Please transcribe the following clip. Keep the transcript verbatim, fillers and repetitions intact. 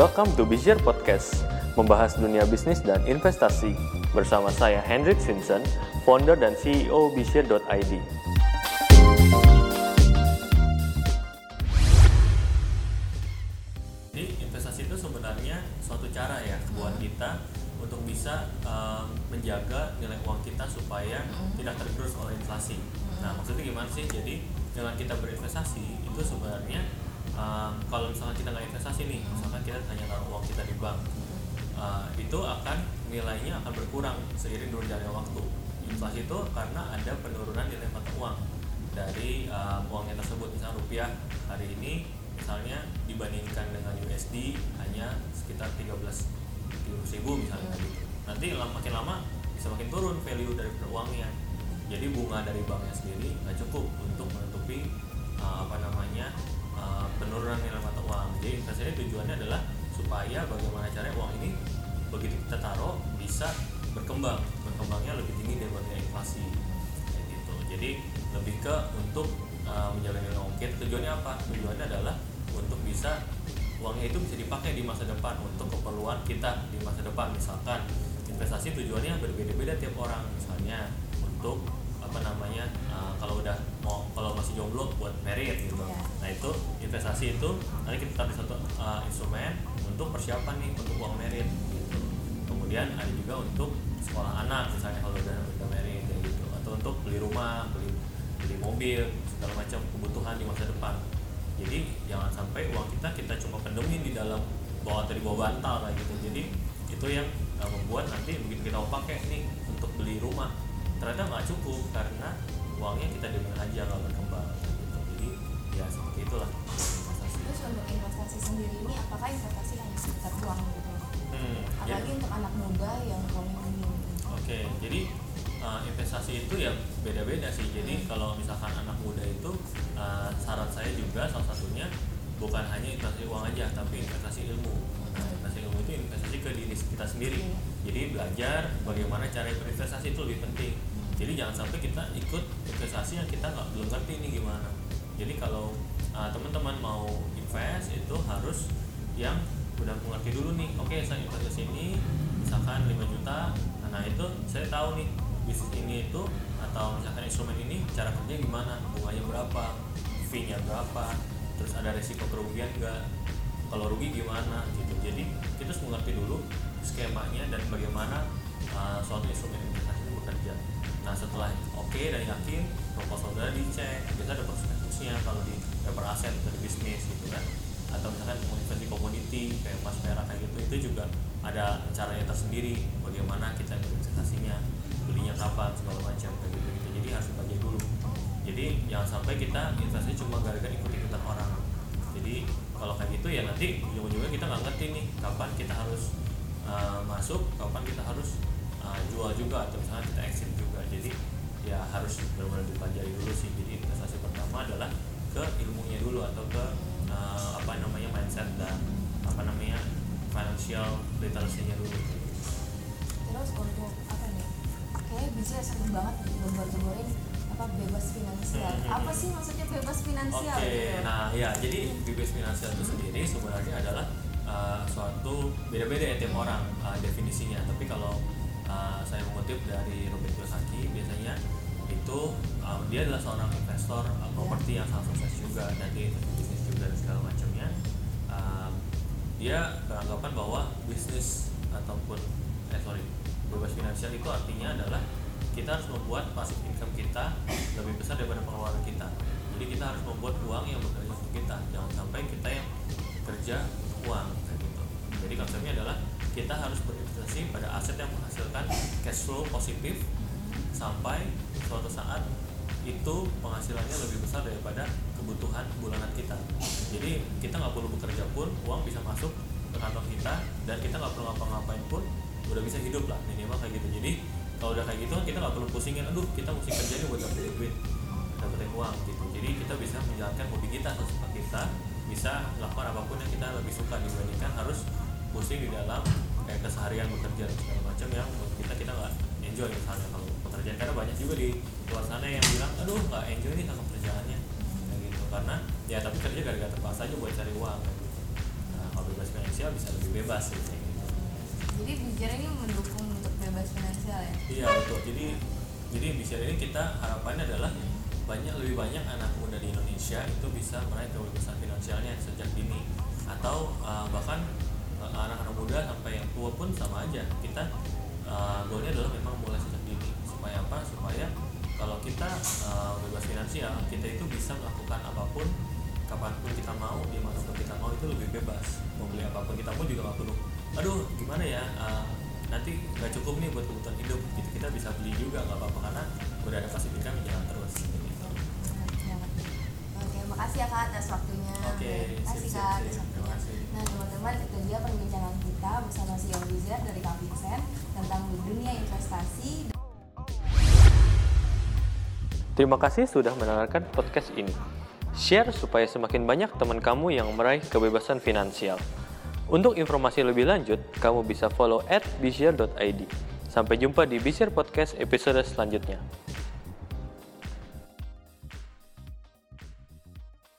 Welcome to Bizshare Podcast, membahas dunia bisnis dan investasi. Bersama saya Hendrik Vincent, founder dan C E O bizshare dot I D. Jadi investasi itu sebenarnya suatu cara ya buat kita untuk bisa uh, menjaga nilai uang kita supaya hmm. tidak tergerus oleh inflasi. Hmm. Nah, maksudnya gimana sih? Jadi dengan kita berinvestasi itu sebenarnya uh, kalau misalnya kita nggak investasi nih, misalkan kita hanya taruh uang kita di bank, uh, itu akan nilainya akan berkurang seiring berjalannya waktu. Inflasi itu karena ada penurunan nilai mata uang dari uh, uangnya tersebut. Misalnya rupiah hari ini misalnya dibandingkan dengan U S D hanya sekitar tiga belas ribu misalnya gitu. Nanti makin lama bisa makin turun value dari uangnya. Jadi bunga dari banknya sendiri nggak cukup untuk menutupi uh, apa namanya uh, penurunan nilai mata uang. Jadi investasi tujuannya adalah supaya bagaimana caranya uang ini begitu kita taruh bisa berkembang, berkembangnya lebih tinggi daripada inflasi. Kayak gitu. Jadi lebih ke untuk uh, menjaga nilai uang kita. Tujuannya apa? Tujuannya adalah untuk bisa uangnya itu bisa dipakai di masa depan untuk keperluan kita di masa depan. Misalkan investasi tujuannya berbeda-beda tiap orang. Misalnya untuk apa namanya uh, kalau udah mau kalau masih jomblo buat married gitu. Yeah. Nah itu investasi itu nanti kita taruh satu uh, instrumen untuk persiapan nih untuk uang married gitu. Kemudian ada juga untuk sekolah anak misalnya kalau udah udah married kayak gitu, atau untuk beli rumah, beli beli mobil, segala macam kebutuhan di masa depan. Jadi jangan sampai uang kita kita cuma pendemin di dalam bawah atau di bawah bantal kayak gitu. Jadi itu yang uh, membuat nanti begitu kita mau pakai nih untuk beli rumah ternyata nggak cukup karena uangnya kita diambil aja nggak berkembang gitu. Jadi ya seperti itulah investasi. Terus untuk investasi sendiri ini apakah investasi hanya sekitar uang gitu? Hmm, apalagi ya. Untuk anak muda yang uangnya minim. Oke, okay, jadi uh, investasi itu ya beda-beda sih. Jadi hmm. kalau misalkan anak muda itu uh, saran saya juga salah satunya bukan hanya investasi uang aja tapi investasi ilmu. Nah, investasi ilmu itu investasi ke diri kita sendiri. Hmm. Jadi belajar bagaimana cara berinvestasi itu lebih penting. Jadi jangan sampai kita ikut investasi yang kita nggak belum ngerti ini gimana. Jadi kalau uh, teman-teman mau invest itu harus yang udah mengerti dulu nih. Oke, okay, saya investasi ini misalkan lima juta. Nah itu saya tahu nih bisnis ini itu atau misalkan instrumen ini cara kerja gimana, bunganya berapa, fee-nya berapa, terus ada risiko kerugian nggak, kalau rugi gimana gitu. Jadi kita harus mengerti dulu skemanya dan bagaimana uh, suatu instrumen investasi itu bekerja. Nah setelah oke okay dan yakin, proposal sudah dicek, kita ada prospektusnya kalau di paper aset atau di bisnis gitu kan, atau misalkan investasi komoditi kayak emas perak kayak gitu, itu juga ada caranya tersendiri bagaimana kita investasinya, belinya kapan segala macam kayak gitu gitu. Jadi harus dibagi dulu. Jadi jangan sampai kita investasi cuma gara-gara ikut-ikutan orang. Jadi kalau kayak gitu ya nanti ujung-ujungnya kita nggak ngerti nih kapan kita harus uh, masuk, kapan kita harus uh, jual juga atau misalnya kita exit juga. Jadi ya harus benar-benar dipelajari dulu sih. Jadi investasi pertama adalah ke ilmunya dulu atau ke uh, apa namanya mindset dan apa namanya financial literacy-nya dulu. Terus untuk apa nih? Kayaknya bisa sering banget gembar-gemborin apa bebas finansial. Hmm, apa sih maksudnya bebas finansial? Oke, okay. Gitu? Nah ya jadi bebas finansial itu sendiri sebenarnya adalah uh, suatu beda-beda ya tiap orang uh, definisinya. Tapi kalau uh, saya mengutip dari Robert Kiyosaki biasanya itu uh, dia adalah seorang investor uh, properti yang sangat sukses juga dan dia bisnis juga dan segala macamnya. Uh, dia beranggapan bahwa bisnis ataupun eh sorry bebas finansial itu artinya adalah kita harus membuat passive income kita lebih besar daripada pengeluaran kita. Jadi kita harus membuat uang yang bekerja untuk kita, jangan sampai kita yang kerja untuk uang kayak gitu. Jadi konsepnya adalah kita harus berinvestasi pada aset yang menghasilkan cash flow positif sampai suatu saat itu penghasilannya lebih besar daripada kebutuhan bulanan kita. Jadi kita nggak perlu bekerja pun uang bisa masuk ke kantong kita dan kita nggak perlu ngapa-ngapain pun udah bisa hidup lah minimal kayak gitu. Jadi kalau udah kayak gitu kita nggak perlu pusingin, aduh kita mesti kerja nih buat dapetin duit, dapetin uang gitu. Jadi kita bisa menjalankan hobi kita, sesuka kita bisa melakukan apapun yang kita lebih suka dibandingkan harus pusing di dalam kayak keseharian bekerja dan segala macam yang menurut kita kita nggak enjoy misalnya kalau pekerjaan. Karena banyak juga di luar sana yang bilang, aduh nggak enjoy nih sama kerjaannya kayak gitu. Karena ya tapi kerja gara-gara terpaksa aja buat cari uang kayak gitu. Nah bebas finansial bisa lebih bebas gitu. Jadi bicara ini mendukung untuk bebas finansial ya? Iya betul. Jadi jadi bicara ini kita harapannya adalah banyak lebih banyak anak muda di Indonesia itu bisa meraih kebebasan finansialnya sejak dini, atau uh, bahkan uh, anak-anak muda sampai yang tua pun sama aja. Kita uh, goalnya adalah memang mulai sejak dini supaya apa? Supaya kalau kita uh, bebas finansial, kita itu bisa melakukan apapun kapanpun kita mau, dimanapun kita mau, itu lebih bebas. Mau beli apapun kita mau juga nggak perlu, aduh gimana ya, uh, nanti nggak cukup nih buat kebutuhan hidup gitu. Kita bisa beli juga nggak apa-apa karena udah ada passive income yang jalan terus gitu. Oke, makasih ya Kak atas waktunya. Oke, makasih sip, Kak sip, atas sip. waktunya. Terima kasih. Nah teman-teman, itu dia perbincangan kita bersama C E O Bizar dari Kak Vincent tentang dunia investasi. Terima kasih sudah mendengarkan podcast ini. Share supaya semakin banyak teman kamu yang meraih kebebasan finansial. Untuk informasi lebih lanjut, kamu bisa follow at bizar dot i d. Sampai jumpa di Bizar Podcast episode selanjutnya.